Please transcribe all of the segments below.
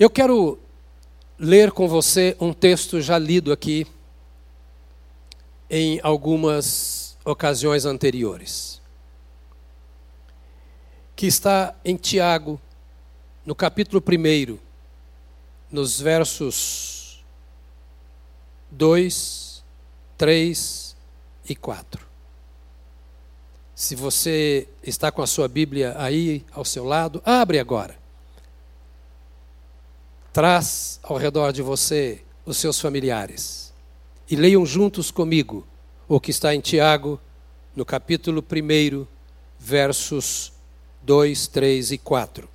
Eu quero ler com você um texto já lido aqui em algumas ocasiões anteriores, que está em Tiago, no capítulo 1, nos versos 2, 3 e 4. Se você está com a sua Bíblia aí ao seu lado, abre agora. Traz ao redor de você os seus familiares e leiam juntos comigo o que está em Tiago, no capítulo 1, versos 2, 3 e 4.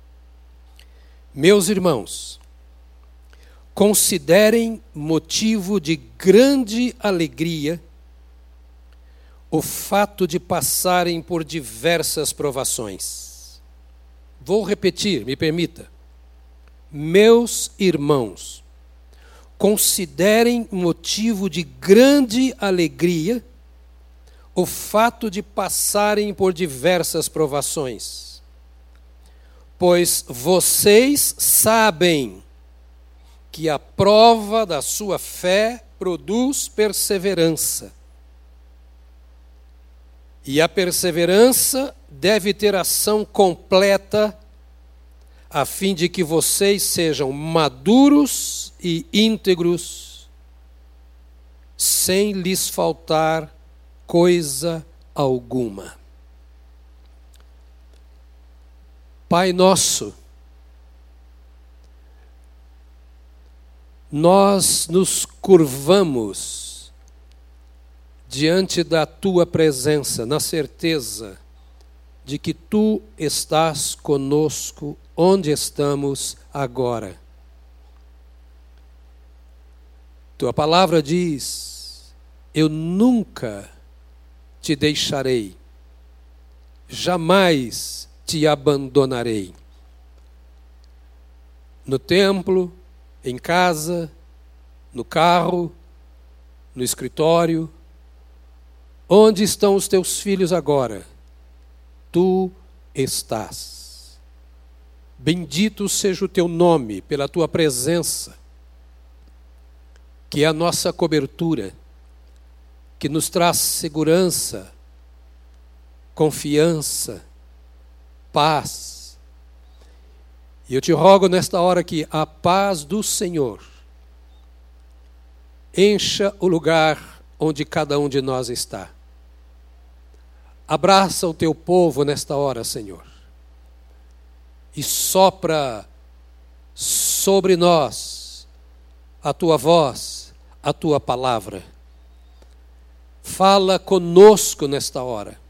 Meus irmãos, considerem motivo de grande alegria o fato de passarem por diversas provações. Vou repetir, me permita. Meus irmãos, considerem motivo de grande alegria o fato de passarem por diversas provações, pois vocês sabem que a prova da sua fé produz perseverança. E a perseverança deve ter ação completa, a fim de que vocês sejam maduros e íntegros, sem lhes faltar coisa alguma. Pai nosso, nós nos curvamos diante da Tua presença, na certeza de que Tu estás conosco onde estamos agora. Tua palavra diz: eu nunca te deixarei, jamais te abandonarei. No templo, em casa, no carro, no escritório, onde estão os teus filhos agora? Tu estás. Bendito seja o teu nome pela tua presença, que é a nossa cobertura, que nos traz segurança, confiança, paz. E eu te rogo nesta hora que a paz do Senhor encha o lugar onde cada um de nós está. Abraça o teu povo nesta hora, Senhor, e sopra sobre nós a tua voz, a tua palavra. Fala conosco nesta hora,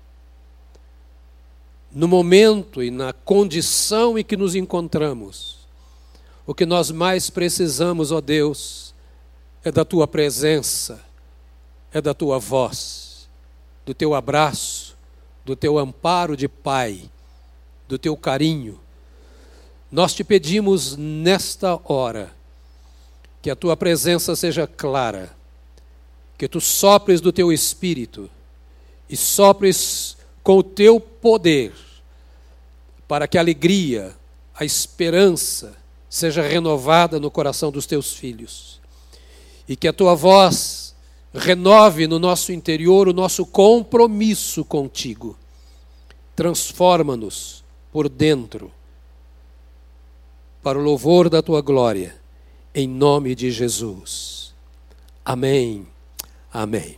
no momento e na condição em que nos encontramos. O que nós mais precisamos, ó Deus, é da tua presença, é da tua voz, do teu abraço, do teu amparo de Pai, do teu carinho. Nós te pedimos nesta hora que a tua presença seja clara, que tu sopres do teu Espírito e sopres com o teu poder, para que a alegria, a esperança seja renovada no coração dos teus filhos, e que a tua voz renove no nosso interior o nosso compromisso contigo. Transforma-nos por dentro, para o louvor da tua glória, em nome de Jesus. Amém. Amém.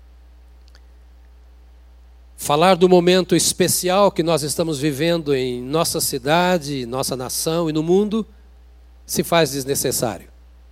Falar do momento especial que nós estamos vivendo em nossa cidade, nossa nação e no mundo se faz desnecessário.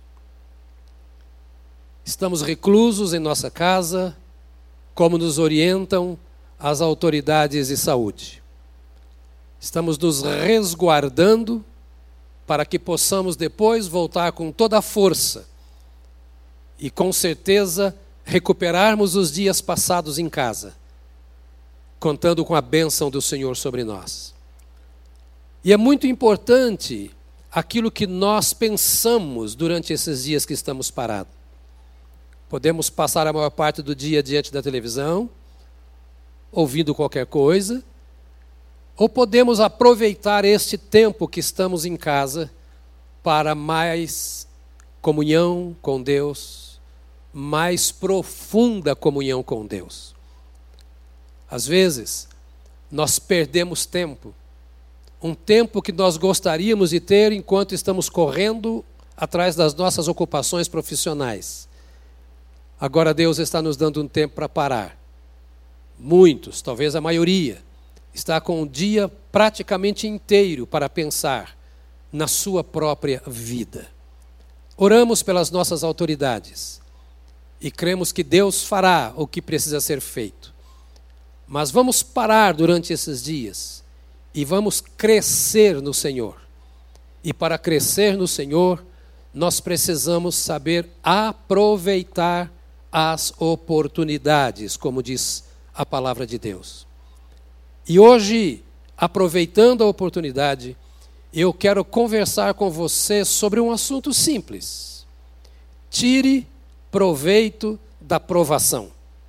Estamos reclusos em nossa casa, como nos orientam as autoridades de saúde. Estamos nos resguardando para que possamos depois voltar com toda a força e com certeza recuperarmos os dias passados em casa, contando com a bênção do Senhor sobre nós. E é muito importante aquilo que nós pensamos durante esses dias que estamos parados. Podemos passar a maior parte do dia diante da televisão, ouvindo qualquer coisa, ou podemos aproveitar este tempo que estamos em casa para mais comunhão com Deus, mais profunda comunhão com Deus. Às vezes, nós perdemos tempo, um tempo que nós gostaríamos de ter enquanto estamos correndo atrás das nossas ocupações profissionais. Agora Deus está nos dando um tempo para parar. Muitos, talvez a maioria, está com o dia praticamente inteiro para pensar na sua própria vida. Oramos pelas nossas autoridades e cremos que Deus fará o que precisa ser feito. Mas vamos parar durante esses dias e vamos crescer no Senhor. E para crescer no Senhor, nós precisamos saber aproveitar as oportunidades, como diz a palavra de Deus. E hoje, aproveitando a oportunidade, eu quero conversar com você sobre um assunto simples. Tire proveito da provação.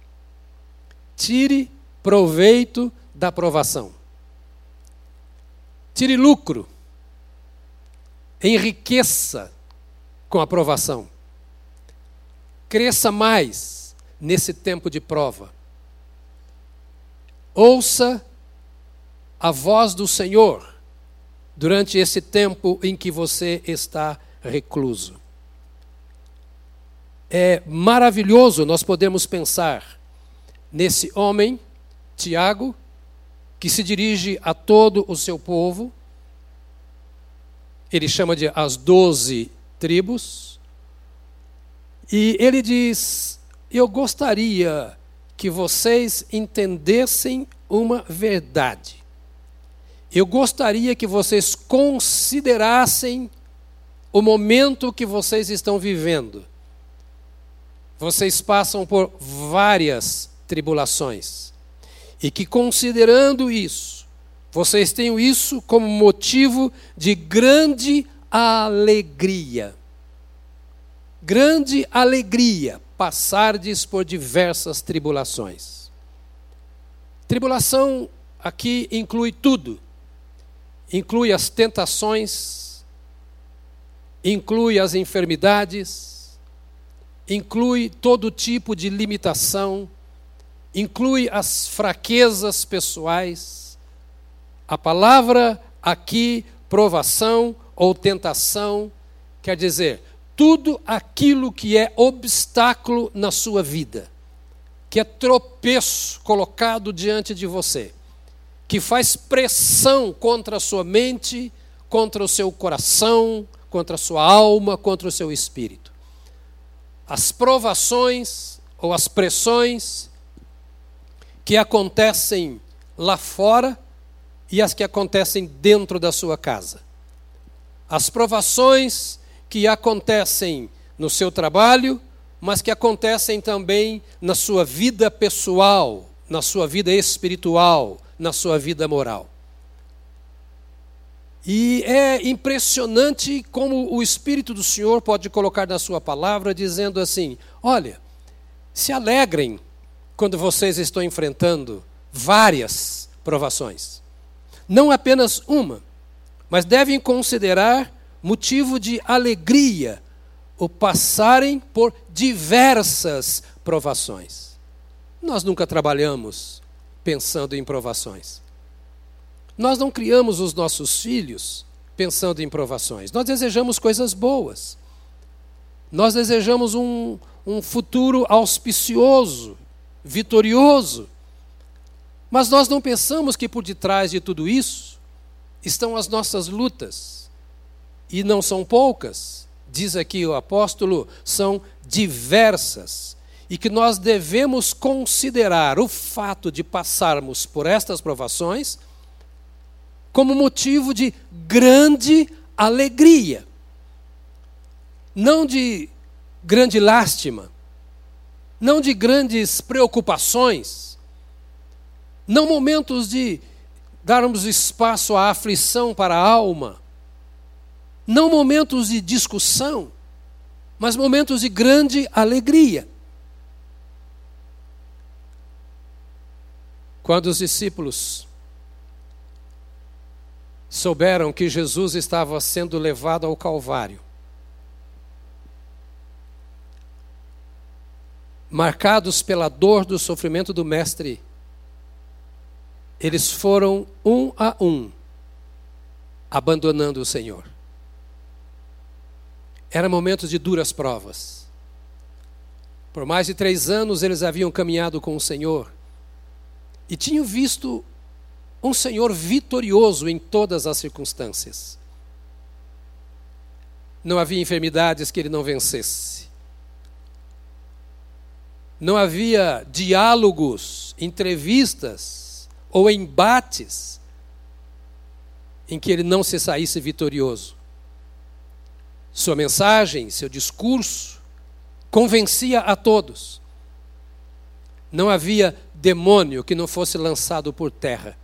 Tire proveito da provação. Tire lucro. Enriqueça com a provação. Cresça mais nesse tempo de prova. Ouça a voz do Senhor durante esse tempo em que você está recluso. É maravilhoso nós podermos pensar nesse homem, Tiago, que se dirige a todo o seu povo. Ele chama de as 12 tribos. E ele diz: eu gostaria que vocês entendessem uma verdade. Eu gostaria que vocês considerassem o momento que vocês estão vivendo. Vocês passam por várias tribulações. E que, considerando isso, vocês tenham isso como motivo de grande alegria. Grande alegria passardes por diversas tribulações. Tribulação aqui inclui tudo. Inclui as tentações, inclui as enfermidades, inclui todo tipo de limitação, inclui as fraquezas pessoais. A palavra aqui, provação ou tentação, quer dizer tudo aquilo que é obstáculo na sua vida, que é tropeço colocado diante de você, que faz pressão contra a sua mente, contra o seu coração, contra a sua alma, contra o seu espírito. As provações ou as pressões que acontecem lá fora e as que acontecem dentro da sua casa. As provações que acontecem no seu trabalho, mas que acontecem também na sua vida pessoal, na sua vida espiritual, na sua vida moral. E é impressionante como o Espírito do Senhor pode colocar na sua palavra, dizendo assim: olha, se alegrem quando vocês estão enfrentando várias provações. Não apenas uma, mas devem considerar motivo de alegria o passarem por diversas provações. Nós nunca trabalhamos pensando em provações. Nós não criamos os nossos filhos pensando em provações. Nós desejamos coisas boas. Nós desejamos um futuro auspicioso, vitorioso. Mas nós não pensamos que por detrás de tudo isso estão as nossas lutas. E não são poucas, diz aqui o apóstolo, são diversas. E que nós devemos considerar o fato de passarmos por estas provações como motivo de grande alegria. Não de grande lástima, não de grandes preocupações, não momentos de darmos espaço à aflição para a alma, não momentos de discussão, mas momentos de grande alegria. Quando os discípulos souberam que Jesus estava sendo levado ao Calvário, marcados pela dor do sofrimento do Mestre, eles foram um a um, abandonando o Senhor. Era momento de duras provas. Por mais de 3 anos eles haviam caminhado com o Senhor e tinham visto um Senhor vitorioso em todas as circunstâncias. Não havia enfermidades que Ele não vencesse. Não havia diálogos, entrevistas ou embates em que Ele não se saísse vitorioso. Sua mensagem, seu discurso, convencia a todos. Não havia demônio que não fosse lançado por terra.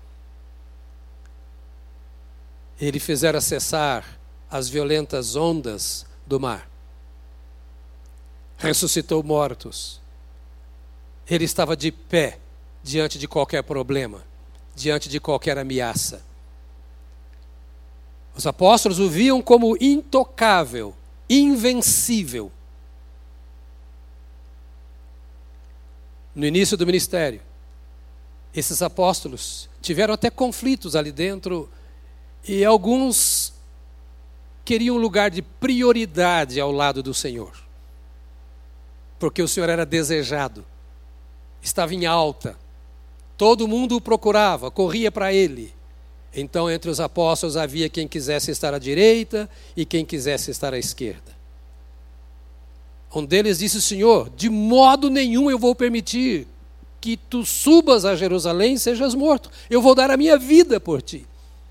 Ele fizera cessar as violentas ondas do mar. Ressuscitou mortos. Ele estava de pé diante de qualquer problema, diante de qualquer ameaça. Os apóstolos o viam como intocável, invencível. No início do ministério, esses apóstolos tiveram até conflitos ali dentro e alguns queriam um lugar de prioridade ao lado do Senhor, porque o Senhor era desejado, estava em alta, todo mundo o procurava, corria para Ele. Então entre os apóstolos havia quem quisesse estar à direita e quem quisesse estar à esquerda. Um deles disse: Senhor, de modo nenhum eu vou permitir que tu subas a Jerusalém e sejas morto. Eu vou dar a minha vida por ti.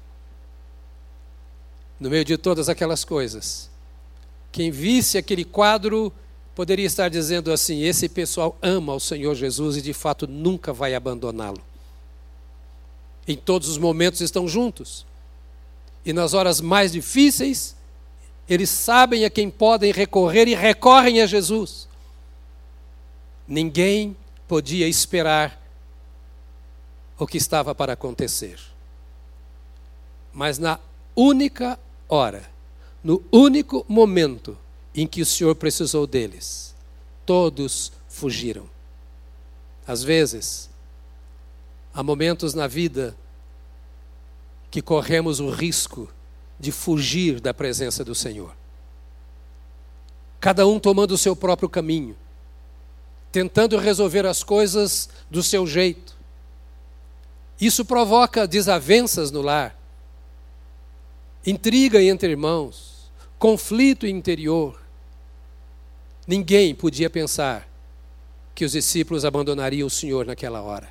No meio de todas aquelas coisas, quem visse aquele quadro poderia estar dizendo assim: esse pessoal ama o Senhor Jesus e de fato nunca vai abandoná-lo. Em todos os momentos estão juntos. E nas horas mais difíceis, eles sabem a quem podem recorrer e recorrem a Jesus. Ninguém podia esperar o que estava para acontecer. Mas na única hora, no único momento em que o Senhor precisou deles, todos fugiram. Às vezes, há momentos na vida que corremos o risco de fugir da presença do Senhor. Cada um tomando o seu próprio caminho, tentando resolver as coisas do seu jeito. Isso provoca desavenças no lar, intriga entre irmãos, conflito interior. Ninguém podia pensar que os discípulos abandonariam o Senhor naquela hora.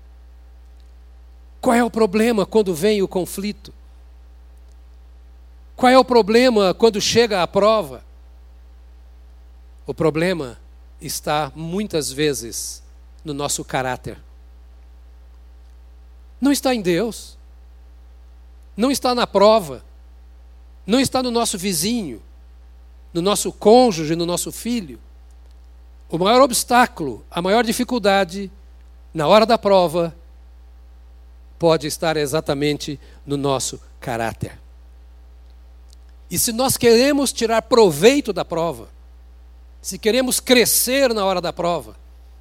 Qual é o problema quando vem o conflito? Qual é o problema quando chega a prova? O problema está muitas vezes no nosso caráter. Não está em Deus. Não está na prova. Não está no nosso vizinho, no nosso cônjuge, no nosso filho. O maior obstáculo, a maior dificuldade, na hora da prova, pode estar exatamente no nosso caráter. E se nós queremos tirar proveito da prova, se queremos crescer na hora da prova,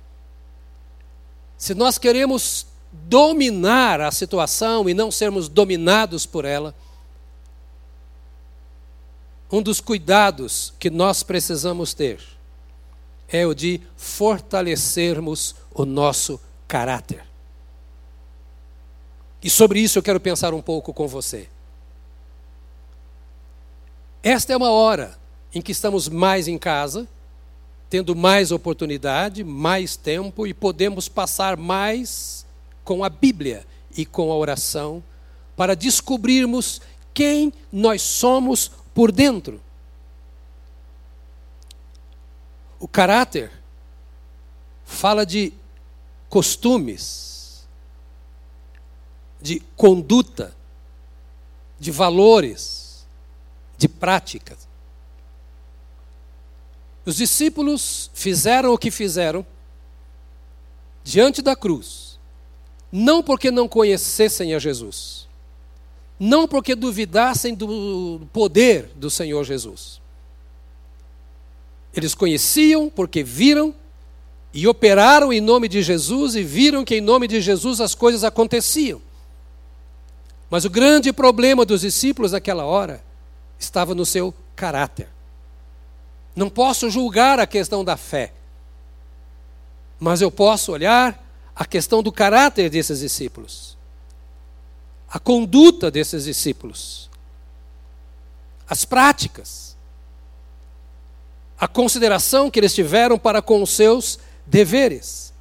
se nós queremos dominar a situação e não sermos dominados por ela, um dos cuidados que nós precisamos ter é o de fortalecermos o nosso caráter. E sobre isso eu quero pensar um pouco com você. Esta é uma hora em que estamos mais em casa, tendo mais oportunidade, mais tempo e podemos passar mais com a Bíblia e com a oração para descobrirmos quem nós somos por dentro. O caráter fala de costumes, de conduta, de valores, de práticas. Os discípulos fizeram o que fizeram diante da cruz, não porque não conhecessem a Jesus, não porque duvidassem do poder do Senhor Jesus. Eles conheciam porque viram e operaram em nome de Jesus e viram que em nome de Jesus as coisas aconteciam. Mas o grande problema dos discípulos naquela hora estava no seu caráter. Não posso julgar a questão da fé, mas eu posso olhar a questão do caráter desses discípulos, a conduta desses discípulos, as práticas, a consideração que eles tiveram para com os seus deveres.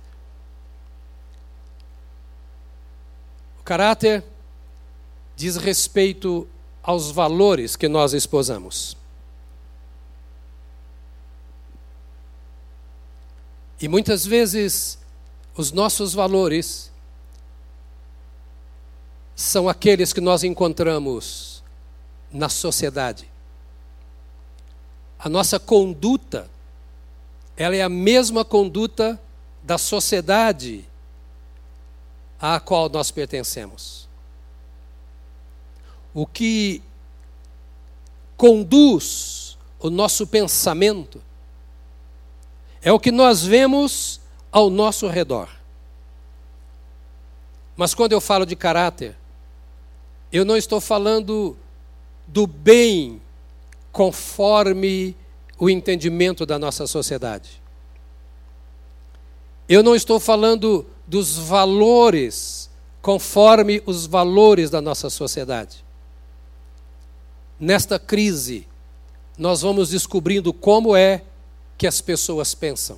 O caráter diz respeito aos valores que nós esposamos. E muitas vezes os nossos valores são aqueles que nós encontramos na sociedade. A nossa conduta, ela é a mesma conduta da sociedade à qual nós pertencemos. O que conduz o nosso pensamento é o que nós vemos ao nosso redor. Mas quando eu falo de caráter, eu não estou falando do bem conforme o entendimento da nossa sociedade. Eu não estou falando dos valores conforme os valores da nossa sociedade. Nesta crise, nós vamos descobrindo como é que as pessoas pensam.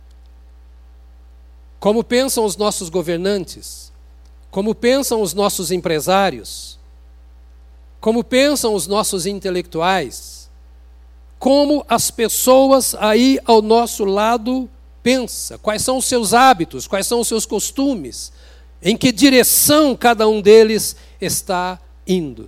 Como pensam os nossos governantes, como pensam os nossos empresários, como pensam os nossos intelectuais, como as pessoas aí ao nosso lado pensam, quais são os seus hábitos, quais são os seus costumes, em que direção cada um deles está indo.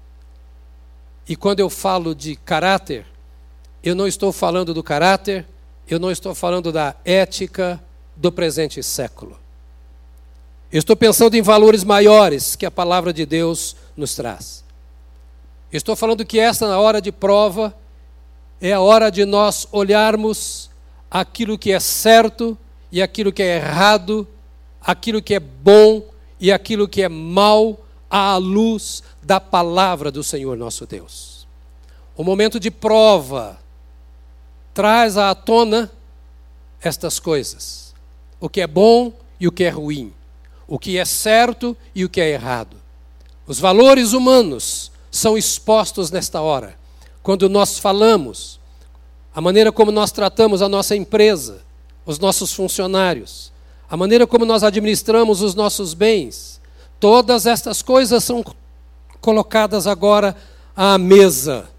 E quando eu falo de caráter, eu não estou falando do caráter, eu não estou falando da ética do presente século. Eu estou pensando em valores maiores que a palavra de Deus nos traz. Eu estou falando que esta, na hora de prova, é a hora de nós olharmos aquilo que é certo e aquilo que é errado, aquilo que é bom e aquilo que é mal, à luz da palavra do Senhor nosso Deus. O momento de prova traz à tona estas coisas. O que é bom e o que é ruim. O que é certo e o que é errado. Os valores humanos são expostos nesta hora. Quando nós falamos, a maneira como nós tratamos a nossa empresa, os nossos funcionários, a maneira como nós administramos os nossos bens, todas estas coisas são colocadas agora à mesa.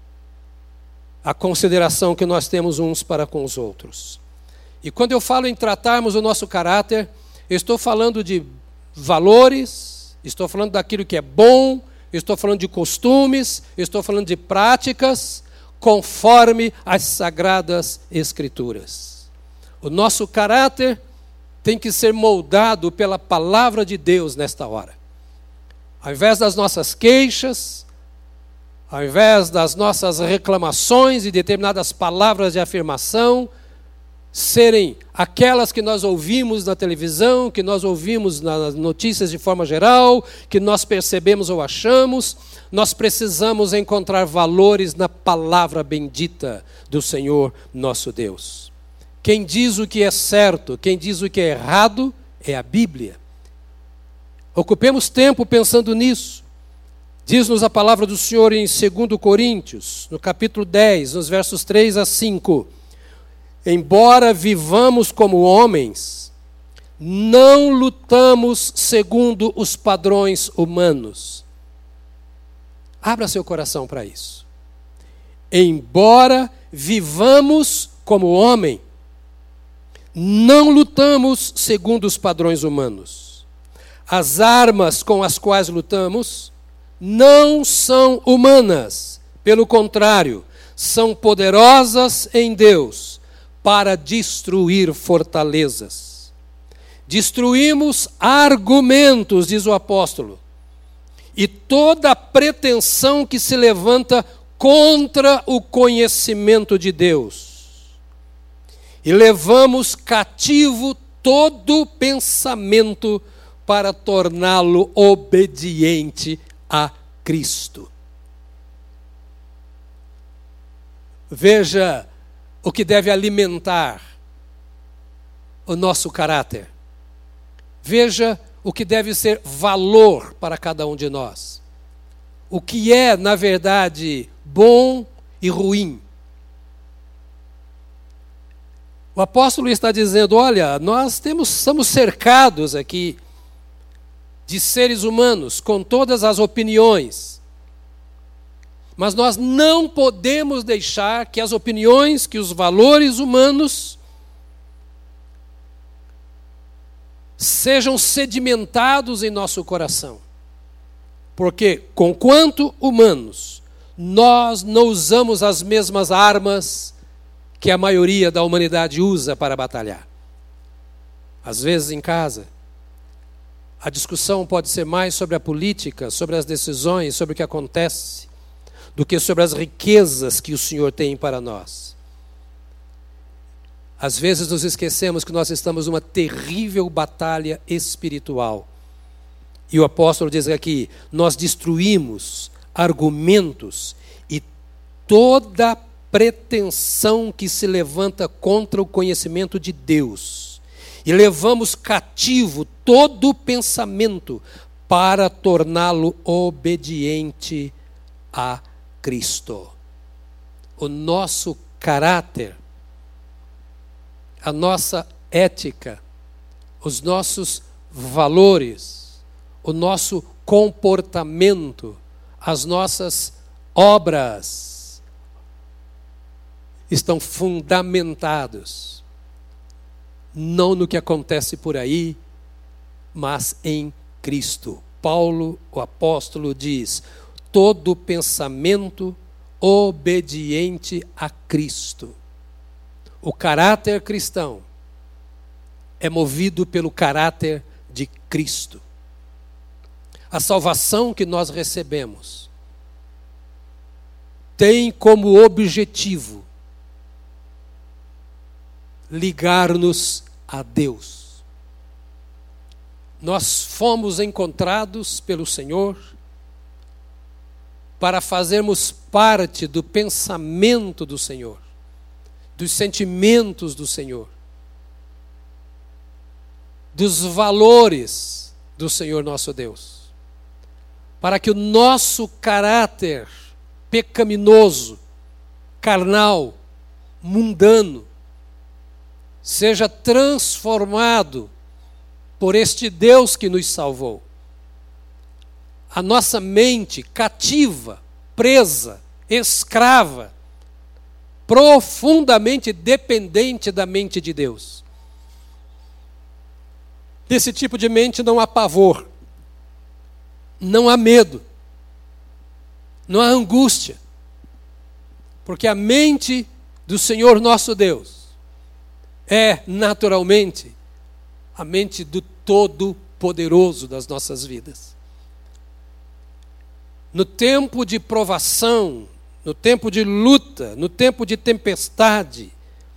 A consideração que nós temos uns para com os outros. E quando eu falo em tratarmos o nosso caráter, eu estou falando de valores, estou falando daquilo que é bom, estou falando de costumes, estou falando de práticas, conforme as Sagradas Escrituras. O nosso caráter tem que ser moldado pela palavra de Deus nesta hora. Ao invés das nossas queixas, ao invés das nossas reclamações e determinadas palavras de afirmação, serem aquelas que nós ouvimos na televisão, que nós ouvimos nas notícias de forma geral, que nós percebemos ou achamos, nós precisamos encontrar valores na palavra bendita do Senhor nosso Deus. Quem diz o que é certo, quem diz o que é errado, é a Bíblia. Ocupemos tempo pensando nisso. Diz-nos a palavra do Senhor em 2 Coríntios, no capítulo 10, nos versos 3 a 5. Embora vivamos como homens, não lutamos segundo os padrões humanos. Abra seu coração para isso. Embora vivamos como homem, não lutamos segundo os padrões humanos. As armas com as quais lutamos não são humanas, pelo contrário, são poderosas em Deus para destruir fortalezas. Destruímos argumentos, diz o apóstolo, e toda pretensão que se levanta contra o conhecimento de Deus. E levamos cativo todo pensamento para torná-lo obediente a Cristo. Veja o que deve alimentar o nosso caráter. Veja o que deve ser valor para cada um de nós. O que é, na verdade, bom e ruim. O apóstolo está dizendo, olha, nós estamos cercados aqui de seres humanos com todas as opiniões. Mas nós não podemos deixar que as opiniões, que os valores humanos sejam sedimentados em nosso coração. Porque, conquanto humanos, nós não usamos as mesmas armas que a maioria da humanidade usa para batalhar. Às vezes em casa, a discussão pode ser mais sobre a política, sobre as decisões, sobre o que acontece, do que sobre as riquezas que o Senhor tem para nós. Às vezes nos esquecemos que nós estamos numa terrível batalha espiritual. E o apóstolo diz aqui, nós destruímos argumentos e toda pretensão que se levanta contra o conhecimento de Deus. E levamos cativo todo pensamento para torná-lo obediente a Cristo. O nosso caráter, a nossa ética, os nossos valores, o nosso comportamento, as nossas obras estão fundamentados não no que acontece por aí, mas em Cristo. Paulo, o apóstolo, diz: todo pensamento obediente a Cristo. O caráter cristão é movido pelo caráter de Cristo. A salvação que nós recebemos tem como objetivo ligar-nos a Deus. Nós fomos encontrados pelo Senhor para fazermos parte do pensamento do Senhor, dos sentimentos do Senhor, dos valores do Senhor nosso Deus, para que o nosso caráter pecaminoso, carnal, mundano, seja transformado por este Deus que nos salvou. A nossa mente cativa, presa, escrava, profundamente dependente da mente de Deus. Desse tipo de mente não há pavor, não há medo, não há angústia, porque a mente do Senhor nosso Deus é naturalmente a mente do Todo-Poderoso das nossas vidas. No tempo de provação, no tempo de luta, no tempo de tempestade,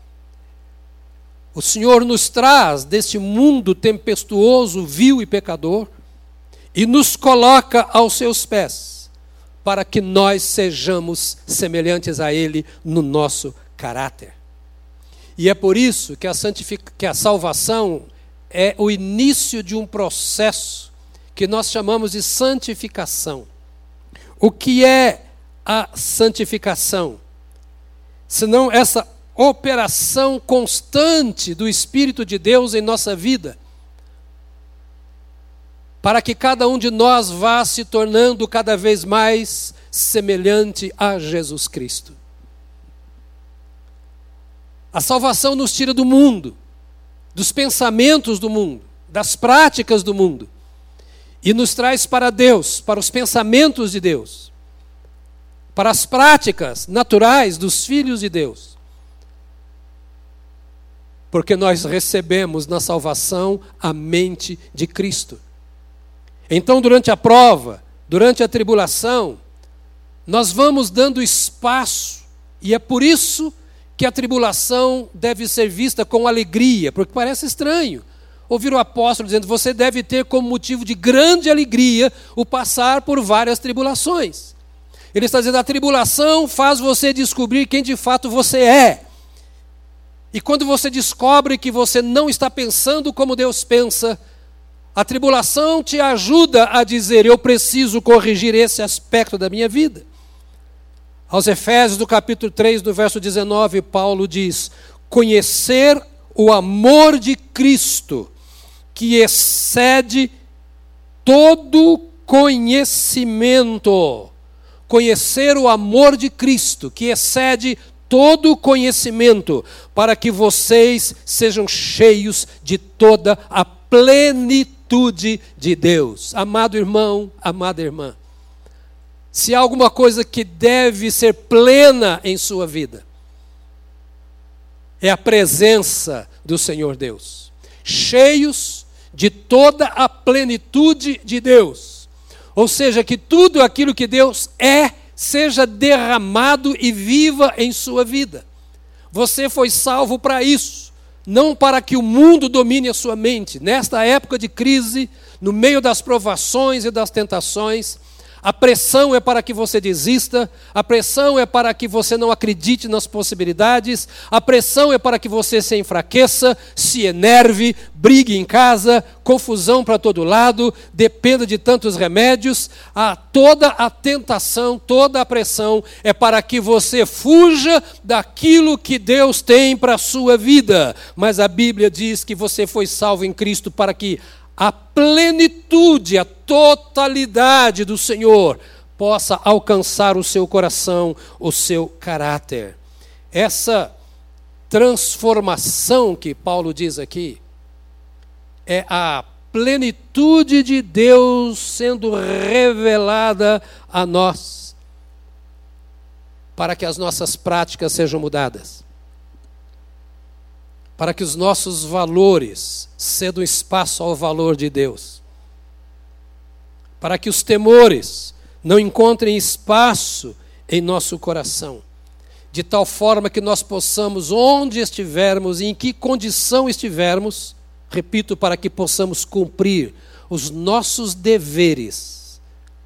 o Senhor nos traz deste mundo tempestuoso, vil e pecador e nos coloca aos seus pés para que nós sejamos semelhantes a Ele no nosso caráter. E é por isso que a salvação é o início de um processo que nós chamamos de santificação. O que é a santificação? Senão essa operação constante do Espírito de Deus em nossa vida, para que cada um de nós vá se tornando cada vez mais semelhante a Jesus Cristo. A salvação nos tira do mundo, dos pensamentos do mundo, das práticas do mundo, e nos traz para Deus, para os pensamentos de Deus, para as práticas naturais dos filhos de Deus. Porque nós recebemos na salvação a mente de Cristo. Então, durante a prova, durante a tribulação, nós vamos dando espaço, e é por isso que a tribulação deve ser vista com alegria, porque parece estranho ouvir o apóstolo dizendo: você deve ter como motivo de grande alegria o passar por várias tribulações. Ele está dizendo: a tribulação faz você descobrir quem de fato você é. E quando você descobre que você não está pensando como Deus pensa, a tribulação te ajuda a dizer: eu preciso corrigir esse aspecto da minha vida. Aos Efésios, do capítulo 3, do verso 19, Paulo diz: conhecer o amor de Cristo, que excede todo conhecimento. Conhecer o amor de Cristo, que excede todo conhecimento, para que vocês sejam cheios de toda a plenitude de Deus. Amado irmão, amada irmã, se há alguma coisa que deve ser plena em sua vida, é a presença do Senhor Deus. Cheios de toda a plenitude de Deus. Ou seja, que tudo aquilo que Deus é, seja derramado e viva em sua vida. Você foi salvo para isso, não para que o mundo domine a sua mente. Nesta época de crise, no meio das provações e das tentações, a pressão é para que você desista, a pressão é para que você não acredite nas possibilidades, a pressão é para que você se enfraqueça, se enerve, brigue em casa, confusão para todo lado, dependa de tantos remédios. Toda a tentação, toda a pressão é para que você fuja daquilo que Deus tem para a sua vida. Mas a Bíblia diz que você foi salvo em Cristo para que a plenitude, a totalidade do Senhor possa alcançar o seu coração, o seu caráter. Essa transformação que Paulo diz aqui é a plenitude de Deus sendo revelada a nós, para que as nossas práticas sejam mudadas, para que os nossos valores cedam espaço ao valor de Deus, para que os temores não encontrem espaço em nosso coração, de tal forma que nós possamos, onde estivermos e em que condição estivermos, repito, para que possamos cumprir os nossos deveres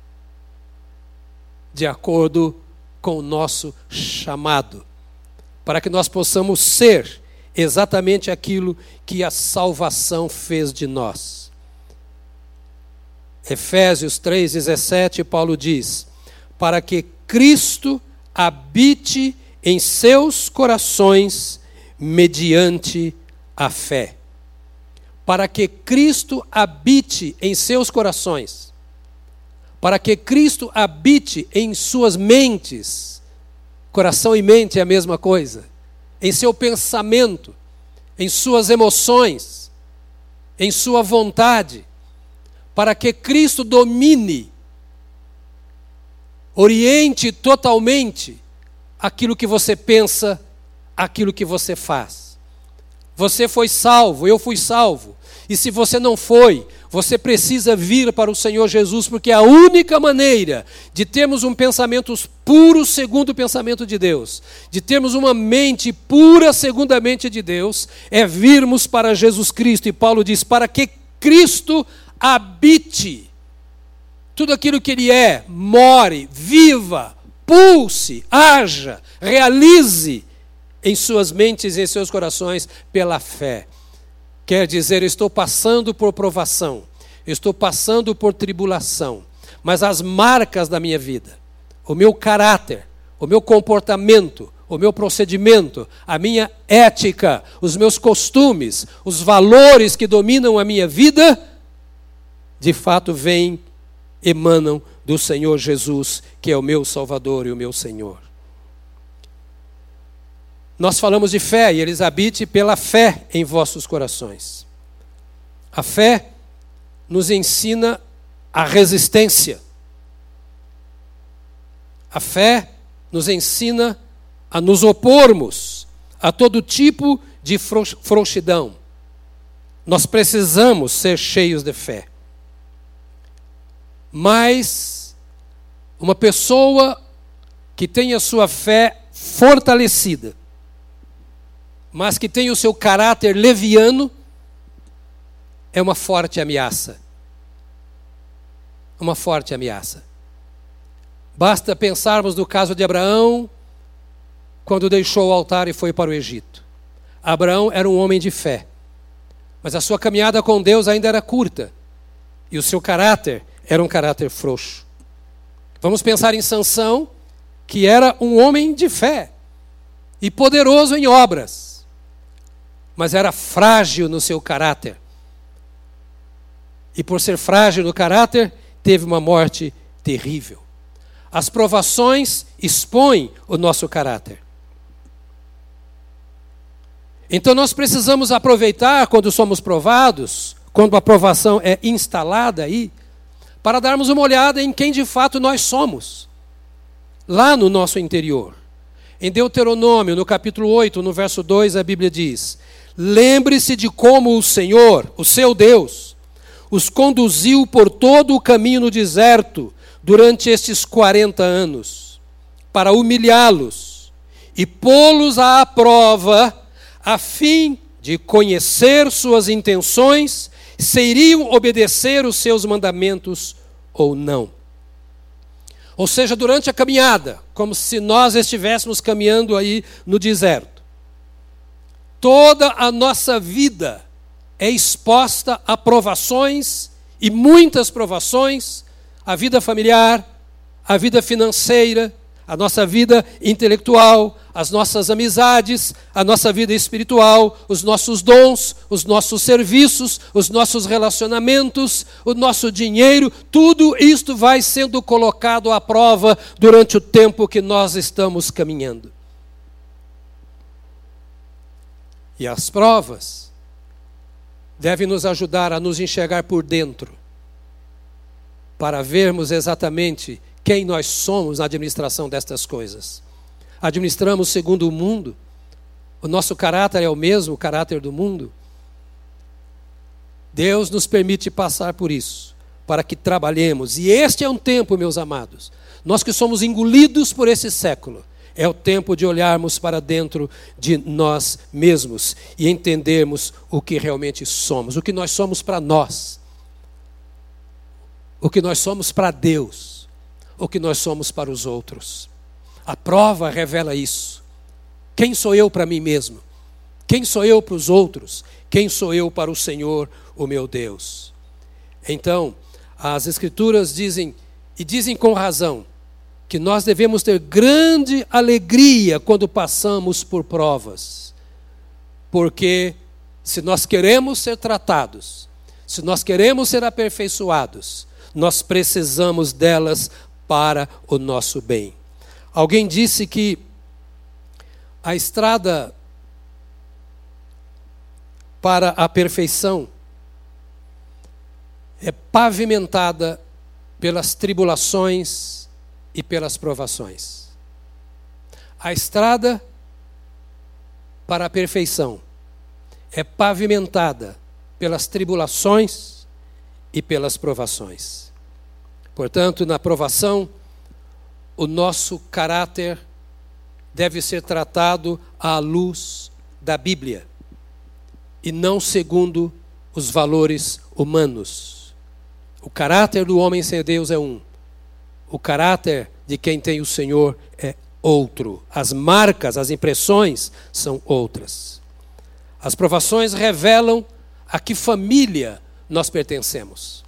de acordo com o nosso chamado, para que nós possamos ser exatamente aquilo que a salvação fez de nós. Efésios 3,17, Paulo diz: para que Cristo habite em seus corações mediante a fé. Para que Cristo habite em seus corações. Para que Cristo habite em suas mentes. Coração e mente é a mesma coisa. Em seu pensamento, em suas emoções, em sua vontade, para que Cristo domine, oriente totalmente aquilo que você pensa, aquilo que você faz. Você foi salvo, eu fui salvo. E se você não foi, você precisa vir para o Senhor Jesus, porque a única maneira de termos um pensamento puro segundo o pensamento de Deus, de termos uma mente pura segundo a mente de Deus, é virmos para Jesus Cristo. E Paulo diz: para que Cristo habite. Tudo aquilo que Ele é, more, viva, pulse, haja, realize em suas mentes e em seus corações pela fé. Quer dizer, eu estou passando por provação, eu estou passando por tribulação, mas as marcas da minha vida, o meu caráter, o meu comportamento, o meu procedimento, a minha ética, os meus costumes, os valores que dominam a minha vida, de fato emanam do Senhor Jesus, que é o meu Salvador e o meu Senhor. Nós falamos de fé, e eles habite pela fé em vossos corações. A fé nos ensina a resistência. A fé nos ensina a nos opormos a todo tipo de frouxidão. Nós precisamos ser cheios de fé. Mas Uma pessoa que tem a sua fé fortalecida, mas que tem o seu caráter leviano, é uma forte ameaça. Uma forte ameaça. Basta pensarmos no caso de Abraão, quando deixou o altar e foi para o Egito. Abraão era um homem de fé, mas a sua caminhada com Deus ainda era curta, e o seu caráter era um caráter frouxo. Vamos pensar em Sansão, que era um homem de fé e poderoso em obras, mas era frágil no seu caráter. E por ser frágil no caráter, teve uma morte terrível. As provações expõem o nosso caráter. Então nós precisamos aproveitar quando somos provados, quando a provação é instalada aí, para darmos uma olhada em quem de fato nós somos, lá no nosso interior. Em Deuteronômio, no capítulo 8, no verso 2, a Bíblia diz: lembre-se de como o Senhor, o seu Deus, os conduziu por todo o caminho no deserto durante estes 40 anos, para humilhá-los e pô-los à prova, a fim de conhecer suas intenções, se iriam obedecer os seus mandamentos ou não. Ou seja, durante a caminhada, como se nós estivéssemos caminhando aí no deserto, toda a nossa vida é exposta a provações, e muitas provações, a vida familiar, a vida financeira, a nossa vida intelectual, as nossas amizades, a nossa vida espiritual, os nossos dons, os nossos serviços, os nossos relacionamentos, o nosso dinheiro, tudo isto vai sendo colocado à prova durante o tempo que nós estamos caminhando. E as provas devem nos ajudar a nos enxergar por dentro, para vermos exatamente quem nós somos na administração destas coisas. Administramos segundo o mundo? O nosso caráter é o mesmo caráter do mundo? Deus nos permite passar por isso, para que trabalhemos. E este é um tempo, meus amados, nós que somos engolidos por esse século, é o tempo de olharmos para dentro de nós mesmos e entendermos o que realmente somos, o que nós somos para nós, o que nós somos para Deus, o que nós somos para os outros. A prova revela isso. Quem sou eu para mim mesmo? Quem sou eu para os outros? Quem sou eu para o Senhor, o meu Deus? Então, as Escrituras dizem, e dizem com razão, que nós devemos ter grande alegria quando passamos por provas. Porque se nós queremos ser tratados, se nós queremos ser aperfeiçoados, nós precisamos delas para o nosso bem. Alguém disse que a estrada para a perfeição é pavimentada pelas tribulações e pelas provações. A estrada para a perfeição é pavimentada pelas tribulações e pelas provações. Portanto, na provação, o nosso caráter deve ser tratado à luz da Bíblia e não segundo os valores humanos. O caráter do homem sem Deus é um. O caráter de quem tem o Senhor é outro. As marcas, as impressões são outras. As provações revelam a que família nós pertencemos.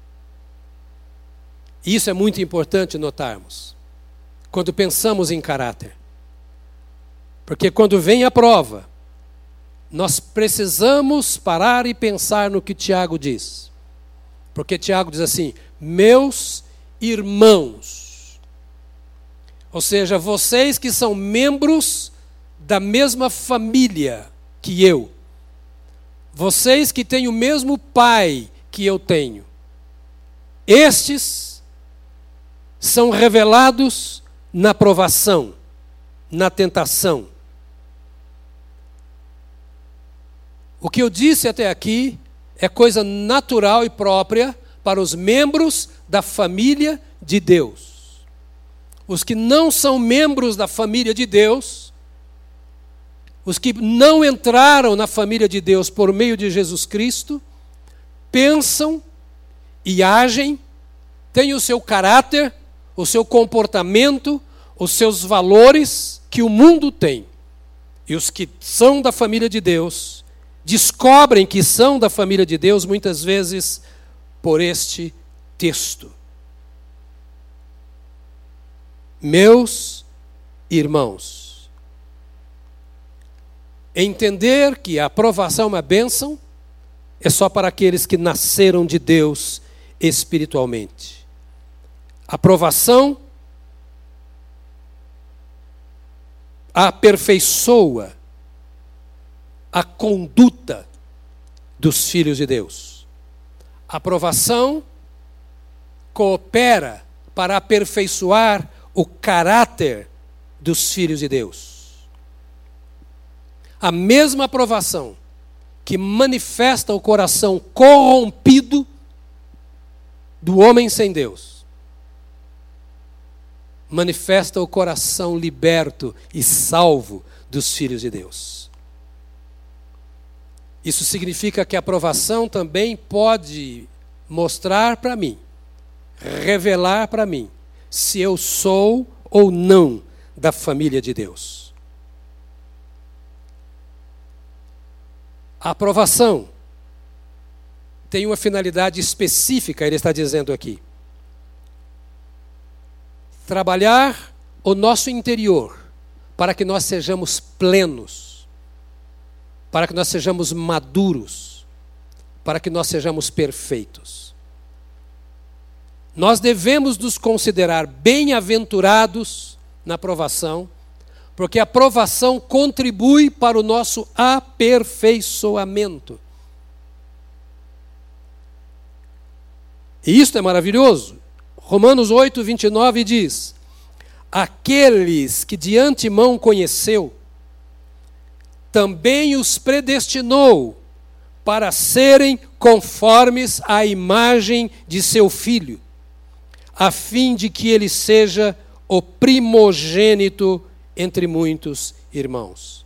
E isso é muito importante notarmos quando pensamos em caráter. Porque quando vem a prova, nós precisamos parar e pensar no que Tiago diz. Porque Tiago diz assim: meus irmãos. Ou seja, vocês que são membros da mesma família que eu. Vocês que têm o mesmo pai que eu tenho. Estes são revelados na provação, na tentação. O que eu disse até aqui é coisa natural e própria para os membros da família de Deus. os que não são membros da família de Deus, os que não entraram na família de Deus por meio de Jesus Cristo, pensam e agem, têm o seu caráter, o seu comportamento, os seus valores que o mundo tem. E os que são da família de Deus descobrem que são da família de Deus muitas vezes por este texto. Meus irmãos, entender que a aprovação é uma bênção é só para aqueles que nasceram de Deus espiritualmente. A aprovação aperfeiçoa a conduta dos filhos de Deus. A aprovação coopera para aperfeiçoar o caráter dos filhos de Deus. A mesma aprovação que manifesta o coração corrompido do homem sem Deus, manifesta o coração liberto e salvo dos filhos de Deus. Isso significa que a aprovação também pode mostrar para mim, revelar para mim, se eu sou ou não da família de Deus. A aprovação tem uma finalidade específica, ele está dizendo aqui. Trabalhar o nosso interior para que nós sejamos plenos, para que nós sejamos maduros, para que nós sejamos perfeitos. Nós devemos nos considerar bem-aventurados na aprovação, porque a aprovação contribui para o nosso aperfeiçoamento. E isto é maravilhoso. Romanos 8, 29 diz: aqueles que de antemão conheceu, também os predestinou para serem conformes à imagem de seu Filho, a fim de que ele seja o primogênito entre muitos irmãos.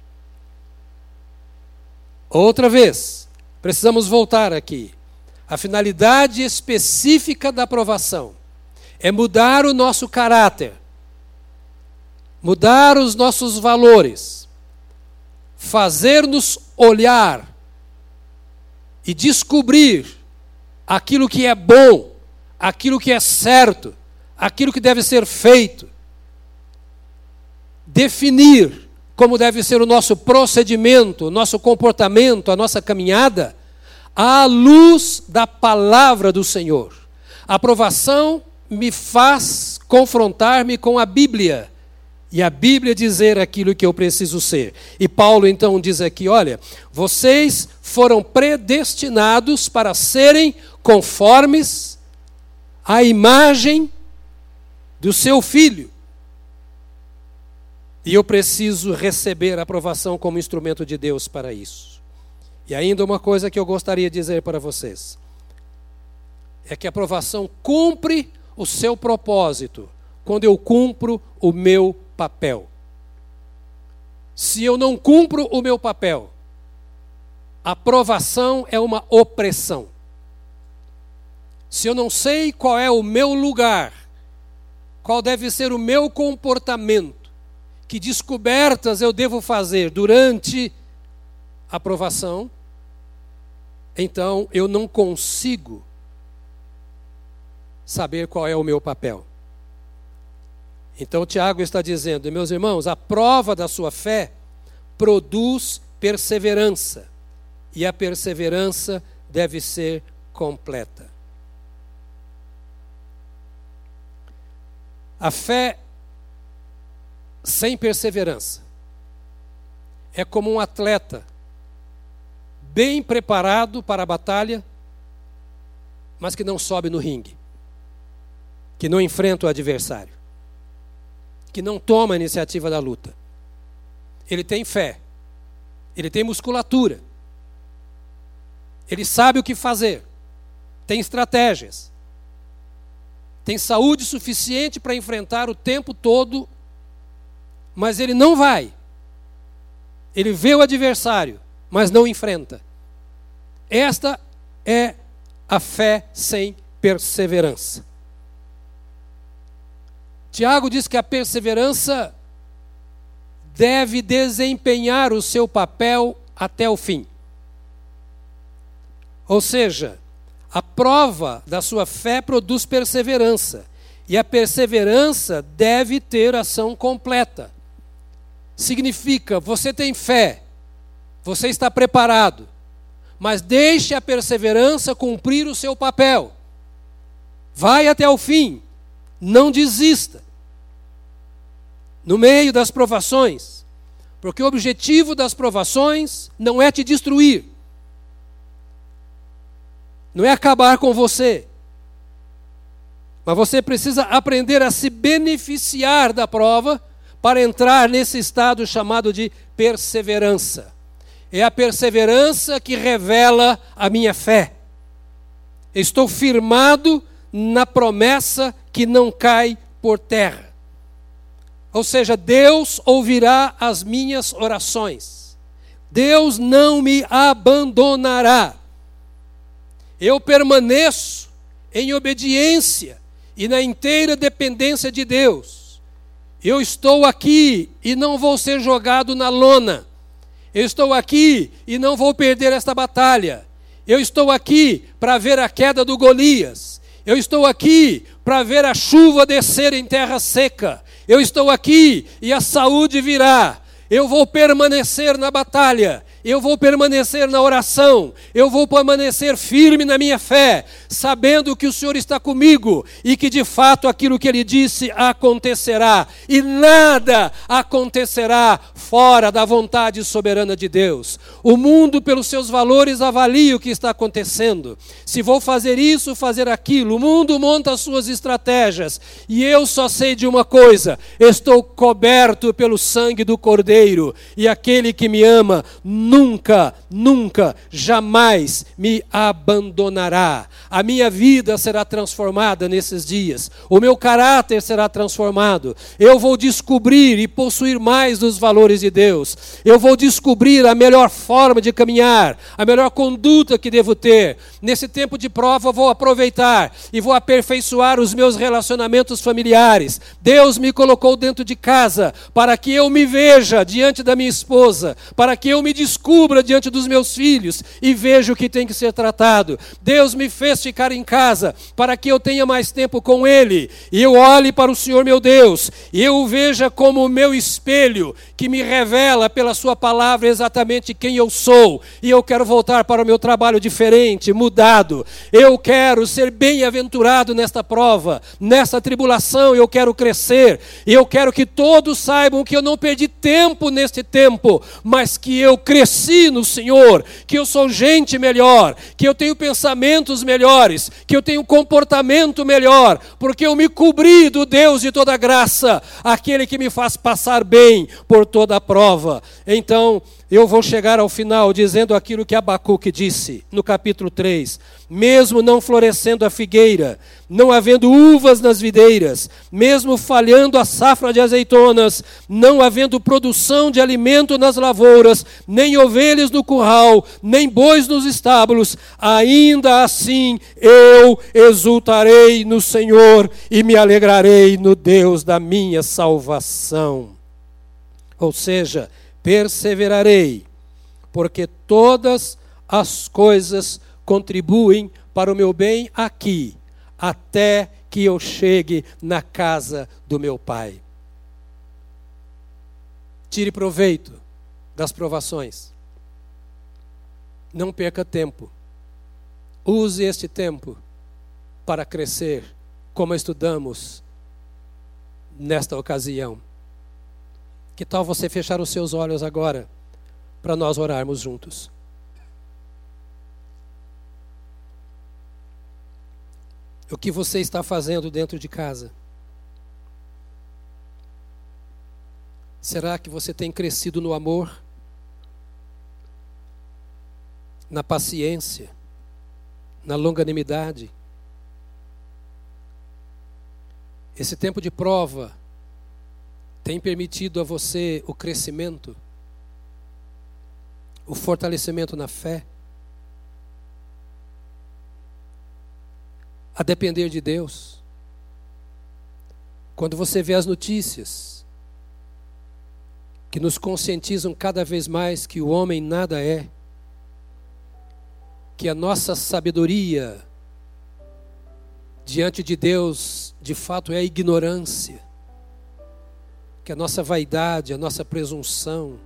Outra vez, precisamos voltar aqui. A finalidade específica da aprovação é mudar o nosso caráter, mudar os nossos valores, fazer-nos olhar e descobrir aquilo que é bom, aquilo que é certo, aquilo que deve ser feito. Definir como deve ser o nosso procedimento, o nosso comportamento, a nossa caminhada, à luz da palavra do Senhor. A aprovação me faz confrontar-me com a Bíblia, e a Bíblia dizer aquilo que eu preciso ser. E Paulo então diz aqui, olha, vocês foram predestinados para serem conformes à imagem do seu Filho. E eu preciso receber a aprovação como instrumento de Deus para isso. E ainda uma coisa que eu gostaria de dizer para vocês, é que a aprovação cumpre o seu propósito quando eu cumpro o meu papel. Se eu não cumpro o meu papel, a aprovação é uma opressão. Se eu não sei qual é o meu lugar, qual deve ser o meu comportamento, que descobertas eu devo fazer durante a aprovação, então eu não consigo saber qual é o meu papel. Então Tiago está dizendo, meus irmãos, a prova da sua fé produz perseverança, e a perseverança deve ser completa. A fé sem perseverança é como um atleta bem preparado para a batalha, mas que não sobe no ringue, que não enfrenta o adversário, que não toma a iniciativa da luta. Ele tem fé, ele tem musculatura, ele sabe o que fazer, tem estratégias, tem saúde suficiente para enfrentar o tempo todo, mas ele não vai. Ele vê o adversário, mas não enfrenta. Esta é a fé sem perseverança. Tiago diz que a perseverança deve desempenhar o seu papel até o fim. Ou seja, a prova da sua fé produz perseverança. E a perseverança deve ter ação completa. Significa, você tem fé, você está preparado, mas deixe a perseverança cumprir o seu papel. Vai até o fim, não desista. No meio das provações, porque o objetivo das provações não é te destruir, não é acabar com você, mas você precisa aprender a se beneficiar da prova para entrar nesse estado chamado de perseverança. É a perseverança que revela a minha fé. Estou firmado na promessa que não cai por terra. Ou seja, Deus ouvirá as minhas orações. Deus não me abandonará. Eu permaneço em obediência e na inteira dependência de Deus. Eu estou aqui e não vou ser jogado na lona. Eu estou aqui e não vou perder esta batalha. Eu estou aqui para ver a queda do Golias. Eu estou aqui para ver a chuva descer em terra seca. Eu estou aqui e a saúde virá. Eu vou permanecer na batalha. Eu vou permanecer na oração. Eu vou permanecer firme na minha fé, sabendo que o Senhor está comigo e que de fato aquilo que Ele disse acontecerá. E nada acontecerá fora da vontade soberana de Deus. O mundo, pelos seus valores, avalia o que está acontecendo. Se vou fazer isso, fazer aquilo. O mundo monta as suas estratégias. E eu só sei de uma coisa: estou coberto pelo sangue do Cordeiro. E aquele que me ama nunca, jamais me abandonará. A minha vida será transformada nesses dias. O meu caráter será transformado. Eu vou descobrir e possuir mais dos valores de Deus. Eu vou descobrir a melhor forma de caminhar, a melhor conduta que devo ter. Nesse tempo de prova, eu vou aproveitar e vou aperfeiçoar os meus relacionamentos familiares. Deus me colocou dentro de casa para que eu me veja diante da minha esposa, para que eu me descubra diante dos meus filhos e veja o que tem que ser tratado. Deus me fez ficar em casa para que eu tenha mais tempo com Ele, e eu olhe para o Senhor meu Deus, e eu o veja como o meu espelho, que me revela pela sua palavra exatamente quem eu sou, e eu quero voltar para o meu trabalho diferente, mudado. Eu quero ser bem-aventurado nesta prova, nesta tribulação. Eu quero crescer, e eu quero que todos saibam que eu não perdi tempo neste tempo, mas que eu cresci no Senhor, que eu sou gente melhor, que eu tenho pensamentos melhores, que eu tenho comportamento melhor, porque eu me cobri do Deus de toda graça, aquele que me faz passar bem por toda a prova. Então, eu vou chegar ao final dizendo aquilo que Abacuque disse no capítulo 3. Mesmo não florescendo a figueira, não havendo uvas nas videiras, mesmo falhando a safra de azeitonas, não havendo produção de alimento nas lavouras, nem ovelhas no curral, nem bois nos estábulos, ainda assim eu exultarei no Senhor e me alegrarei no Deus da minha salvação. Ou seja, perseverarei, porque todas as coisas contribuem para o meu bem aqui, até que eu chegue na casa do meu Pai. Tire proveito das provações. Não perca tempo. Use este tempo para crescer, como estudamos nesta ocasião. Que tal você fechar os seus olhos agora, para nós orarmos juntos? O que você está fazendo dentro de casa? Será que você tem crescido no amor, na paciência, na longanimidade? Esse tempo de prova tem permitido a você o crescimento, o fortalecimento na fé, a depender de Deus. Quando você vê as notícias que nos conscientizam cada vez mais que o homem nada é, que a nossa sabedoria diante de Deus de fato é a ignorância, que a nossa vaidade, a nossa presunção,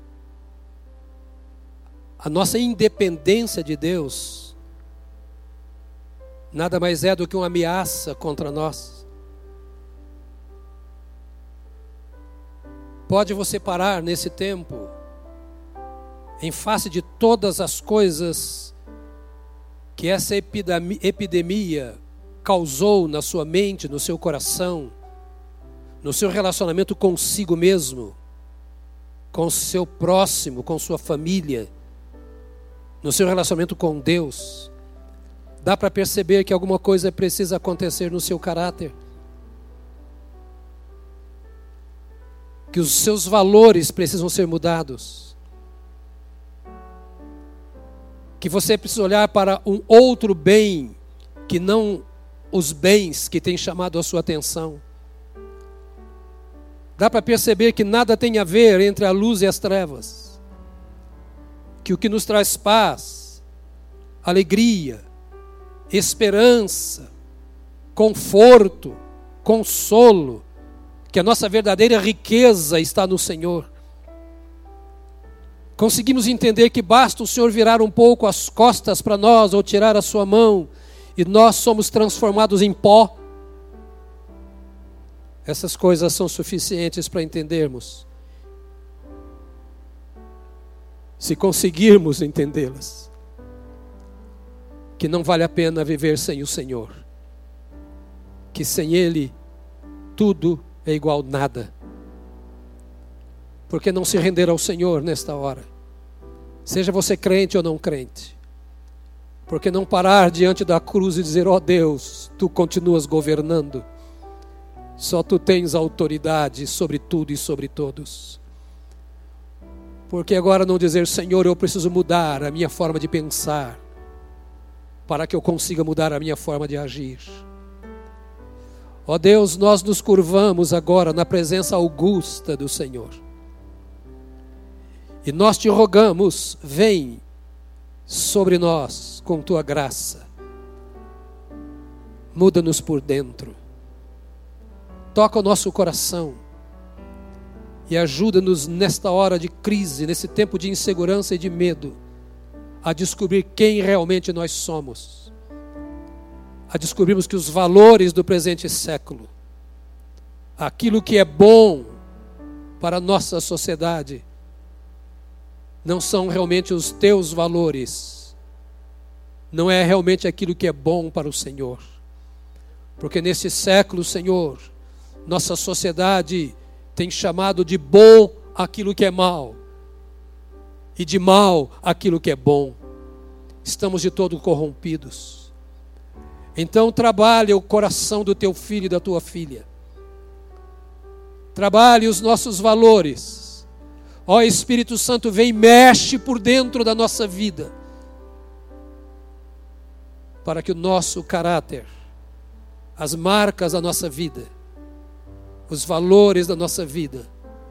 a nossa independência de Deus nada mais é do que uma ameaça contra nós. Pode você parar nesse tempo, em face de todas as coisas que essa epidemia causou na sua mente, no seu coração, no seu relacionamento consigo mesmo, com o seu próximo, com sua família, no seu relacionamento com Deus. Dá para perceber que alguma coisa precisa acontecer no seu caráter, que os seus valores precisam ser mudados, que você precisa olhar para um outro bem que não os bens que têm chamado a sua atenção. Dá para perceber que nada tem a ver entre a luz e as trevas, que o que nos traz paz, alegria, esperança, conforto, consolo, que a nossa verdadeira riqueza está no Senhor. Conseguimos entender que basta o Senhor virar um pouco as costas para nós ou tirar a sua mão e nós somos transformados em pó. Essas coisas são suficientes para entendermos, se conseguirmos entendê-las, que não vale a pena viver sem o Senhor, que sem Ele tudo é igual nada. Por que não se render ao Senhor nesta hora? Seja você crente ou não crente. Por que não parar diante da cruz e dizer: ó Deus, Tu continuas governando, só Tu tens autoridade sobre tudo e sobre todos. Por que agora não dizer: Senhor, eu preciso mudar a minha forma de pensar, para que eu consiga mudar a minha forma de agir? Ó Deus, nós nos curvamos agora na presença augusta do Senhor. E nós te rogamos, vem sobre nós com Tua graça. Muda-nos por dentro. Toca o nosso coração. E ajuda-nos nesta hora de crise, nesse tempo de insegurança e de medo, a descobrir quem realmente nós somos. A descobrirmos que os valores do presente século, aquilo que é bom para a nossa sociedade, não são realmente os Teus valores, não é realmente aquilo que é bom para o Senhor. Porque nesse século, Senhor, nossa sociedade tem chamado de bom aquilo que é mal, e de mal aquilo que é bom. Estamos de todo corrompidos. Então trabalha o coração do Teu filho e da Tua filha. Trabalhe os nossos valores. Ó Espírito Santo, vem e mexe por dentro da nossa vida, para que o nosso caráter, as marcas da nossa vida, os valores da nossa vida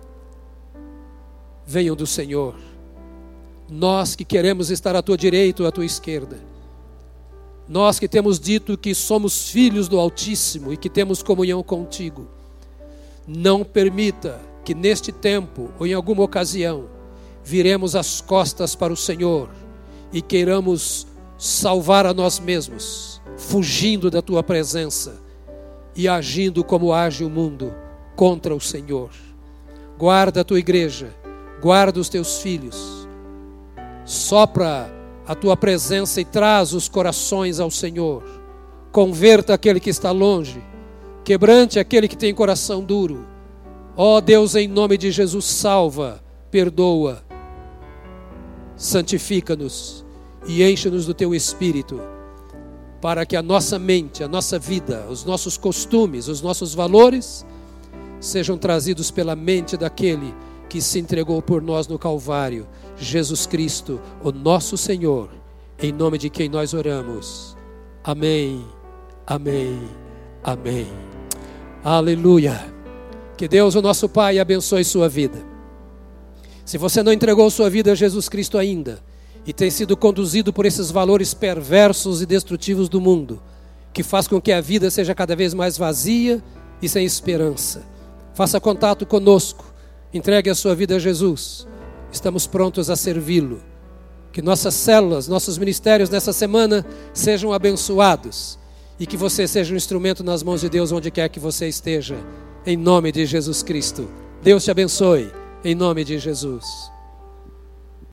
venham do Senhor. Nós que queremos estar à Tua direita ou à Tua esquerda, nós que temos dito que somos filhos do Altíssimo e que temos comunhão contigo, não permita que neste tempo ou em alguma ocasião viremos as costas para o Senhor e queiramos salvar a nós mesmos, fugindo da Tua presença e agindo como age o mundo contra o Senhor. Guarda a Tua igreja, guarda os Teus filhos, sopra a Tua presença e traz os corações ao Senhor. Converta aquele que está longe, quebrante aquele que tem coração duro. Ó Deus, em nome de Jesus, salva, perdoa, santifica-nos e enche-nos do Teu Espírito. para que a nossa mente, a nossa vida, os nossos costumes, os nossos valores sejam trazidos pela mente daquele que se entregou por nós no Calvário, Jesus Cristo, o nosso Senhor, em nome de quem nós oramos. Amém, amém, amém. Aleluia. Que Deus, o nosso Pai, abençoe sua vida. Se você não entregou sua vida a Jesus Cristo ainda, e tem sido conduzido por esses valores perversos e destrutivos do mundo, que faz com que a vida seja cada vez mais vazia e sem esperança, faça contato conosco, entregue a sua vida a Jesus. Estamos prontos a servi-lo. Que nossas células, nossos ministérios nessa semana sejam abençoados e que você seja um instrumento nas mãos de Deus onde quer que você esteja, em nome de Jesus Cristo. Deus te abençoe, em nome de Jesus.